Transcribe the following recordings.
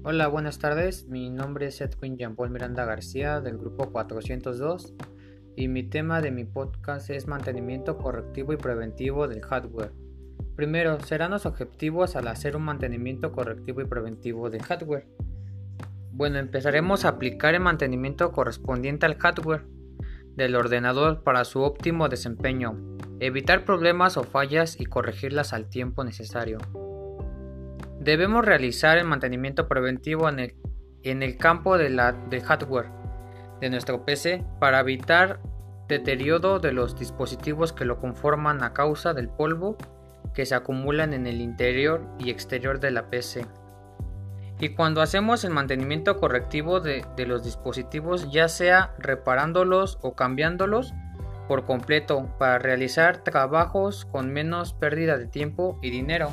Hola, buenas tardes. Mi nombre es Edwin Jean-Paul Miranda García del grupo 402 y mi tema de mi podcast es mantenimiento correctivo y preventivo del hardware. Primero, serán los objetivos al hacer un mantenimiento correctivo y preventivo del hardware. Bueno, empezaremos a aplicar el mantenimiento correspondiente al hardware del ordenador para su óptimo desempeño, evitar problemas o fallas y corregirlas al tiempo necesario. Debemos realizar el mantenimiento preventivo en el campo del hardware de nuestro PC para evitar deterioro de los dispositivos que lo conforman a causa del polvo que se acumulan en el interior y exterior de la PC. Y cuando hacemos el mantenimiento correctivo de los dispositivos, ya sea reparándolos o cambiándolos por completo para realizar trabajos con menos pérdida de tiempo y dinero.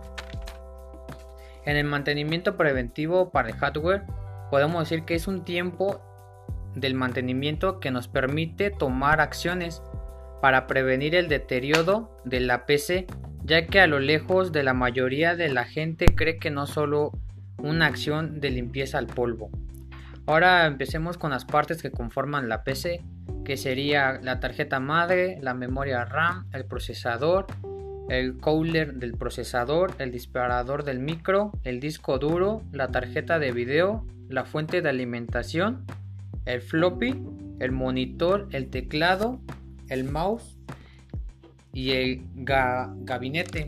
En el mantenimiento preventivo para el hardware, podemos decir que es un tiempo del mantenimiento que nos permite tomar acciones para prevenir el deterioro de la PC, ya que a lo lejos de la mayoría de la gente cree que no solo una acción de limpieza al polvo. Ahora empecemos con las partes que conforman la PC, que sería la tarjeta madre, la memoria RAM, el procesador, el cooler del procesador, el disparador del micro, el disco duro, la tarjeta de video, la fuente de alimentación, el floppy, el monitor, el teclado, el mouse y el gabinete.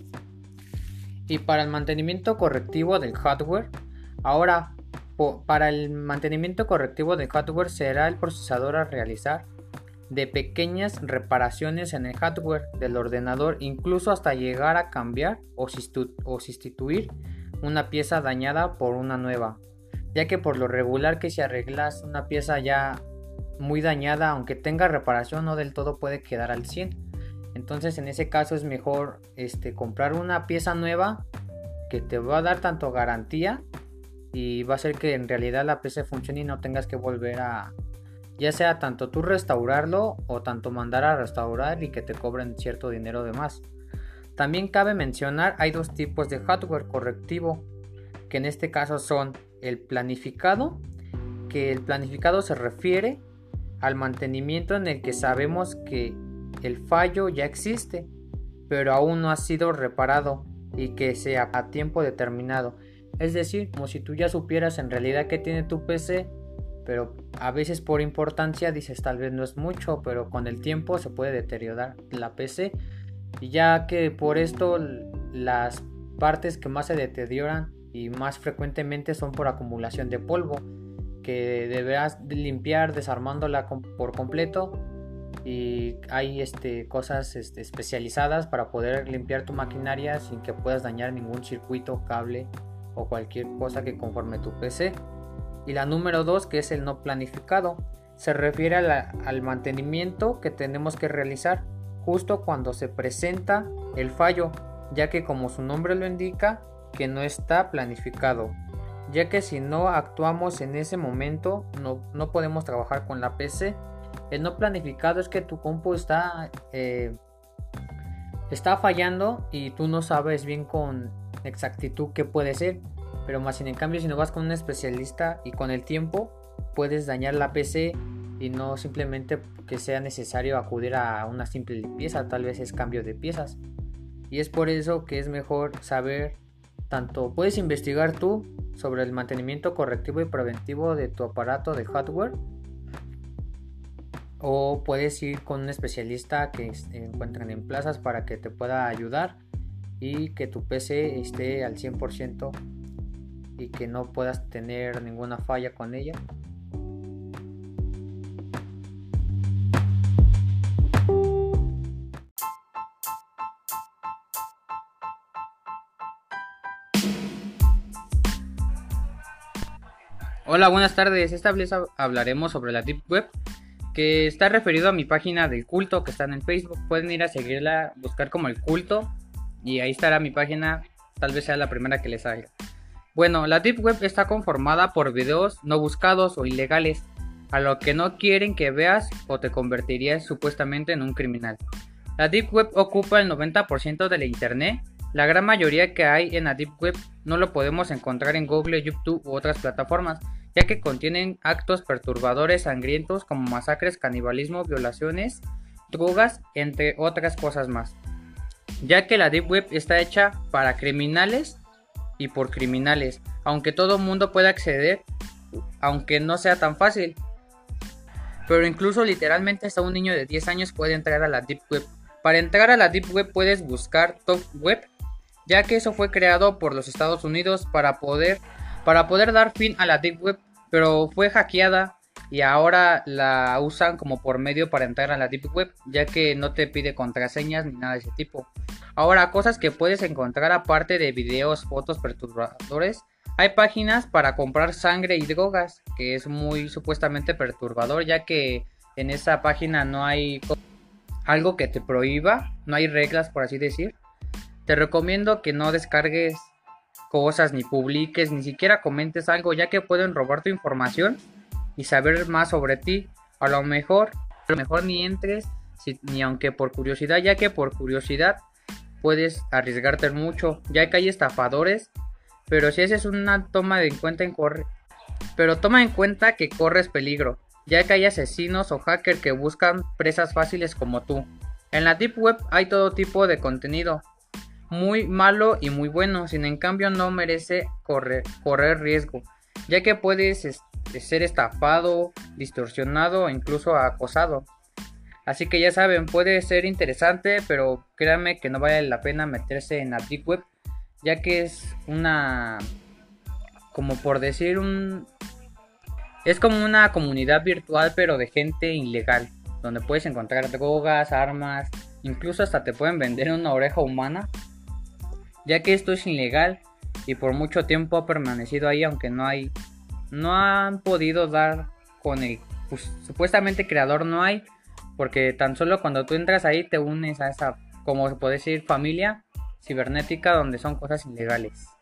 Y para el mantenimiento correctivo del hardware, ahora para el mantenimiento correctivo del hardware será el procesador a realizar de pequeñas reparaciones en el hardware del ordenador, incluso hasta llegar a cambiar o sustituir una pieza dañada por una nueva, ya que por lo regular que si arreglas una pieza ya muy dañada, aunque tenga reparación, no del todo puede quedar al 100. Entonces en ese caso es mejor comprar una pieza nueva que te va a dar tanto garantía y va a hacer que en realidad la PC funcione y no tengas que volver a, ya sea tanto tú restaurarlo o tanto mandar a restaurar y que te cobren cierto dinero de más. También cabe mencionar, hay dos tipos de hardware correctivo, que en este caso son el planificado, que el planificado se refiere al mantenimiento en el que sabemos que el fallo ya existe, pero aún no ha sido reparado y que sea a tiempo determinado. Es decir, como si tú ya supieras en realidad qué tiene tu PC, pero a veces por importancia dices tal vez no es mucho, pero con el tiempo se puede deteriorar la PC, y ya que por esto las partes que más se deterioran y más frecuentemente son por acumulación de polvo, que deberás limpiar desarmándola por completo, y hay cosas especializadas para poder limpiar tu maquinaria sin que puedas dañar ningún circuito, cable o cualquier cosa que conforme tu PC. Y la número 2, que es el no planificado, se refiere al mantenimiento que tenemos que realizar justo cuando se presenta el fallo, ya que como su nombre lo indica, que no está planificado, ya que si no actuamos en ese momento no podemos trabajar con la PC. El no planificado es que tu compu está fallando y tú no sabes bien con exactitud qué puede ser. Pero más sin en cambio, si no vas con un especialista y con el tiempo puedes dañar la PC y no simplemente que sea necesario acudir a una simple limpieza, tal vez es cambio de piezas. Y es por eso que es mejor saber, tanto puedes investigar tú sobre el mantenimiento correctivo y preventivo de tu aparato de hardware, o puedes ir con un especialista que encuentran en plazas para que te pueda ayudar y que tu PC esté al 100% y que no puedas tener ninguna falla con ella. Hola, buenas tardes. Esta vez hablaremos sobre la Deep Web, que está referido a mi página del culto que está en el Facebook. Pueden ir a seguirla, buscar como el culto y ahí estará mi página, tal vez sea la primera que les salga. Bueno, la Deep Web está conformada por videos no buscados o ilegales, a lo que no quieren que veas o te convertirías supuestamente en un criminal. La Deep Web ocupa el 90% de la internet La gran mayoría que hay en la Deep Web no lo podemos encontrar en Google, YouTube u otras plataformas, ya que contienen actos perturbadores sangrientos como masacres, canibalismo, violaciones, drogas, entre otras cosas más. Ya que la Deep Web está hecha para criminales y por criminales, aunque todo mundo pueda acceder, aunque no sea tan fácil. Pero incluso literalmente hasta un niño de 10 años puede entrar a la Deep Web. Para entrar a la Deep Web puedes buscar Top Web, ya que eso fue creado por los Estados Unidos para poder dar fin a la Deep Web, pero fue hackeada y ahora la usan como por medio para entrar a la Deep Web, ya que no te pide contraseñas ni nada de ese tipo. Ahora, cosas que puedes encontrar aparte de videos, fotos perturbadores. Hay páginas para comprar sangre y drogas, que es muy supuestamente perturbador, ya que en esa página no hay algo que te prohíba, no hay reglas por así decir. Te recomiendo que no descargues cosas, ni publiques, ni siquiera comentes algo, ya que pueden robar tu información y saber más sobre ti. A lo mejor ni entres, ni aunque por curiosidad, ya que por curiosidad puedes arriesgarte mucho, ya que hay estafadores. Pero si haces una toma en cuenta toma en cuenta que corres peligro, ya que hay asesinos o hackers que buscan presas fáciles como tú. En la Deep Web hay todo tipo de contenido, muy malo y muy bueno, sin en cambio no merece correr riesgo, ya que puedes ser estafado, distorsionado o incluso acosado. Así que ya saben, puede ser interesante, pero créanme que no vale la pena meterse en la Deep Web, ya que es como por decir es como una comunidad virtual pero de gente ilegal, donde puedes encontrar drogas, armas, incluso hasta te pueden vender una oreja humana, ya que esto es ilegal y por mucho tiempo ha permanecido ahí, aunque no han podido dar con el supuestamente creador, no hay, porque tan solo cuando tú entras ahí te unes a esa, como se puede decir, familia cibernética donde son cosas ilegales.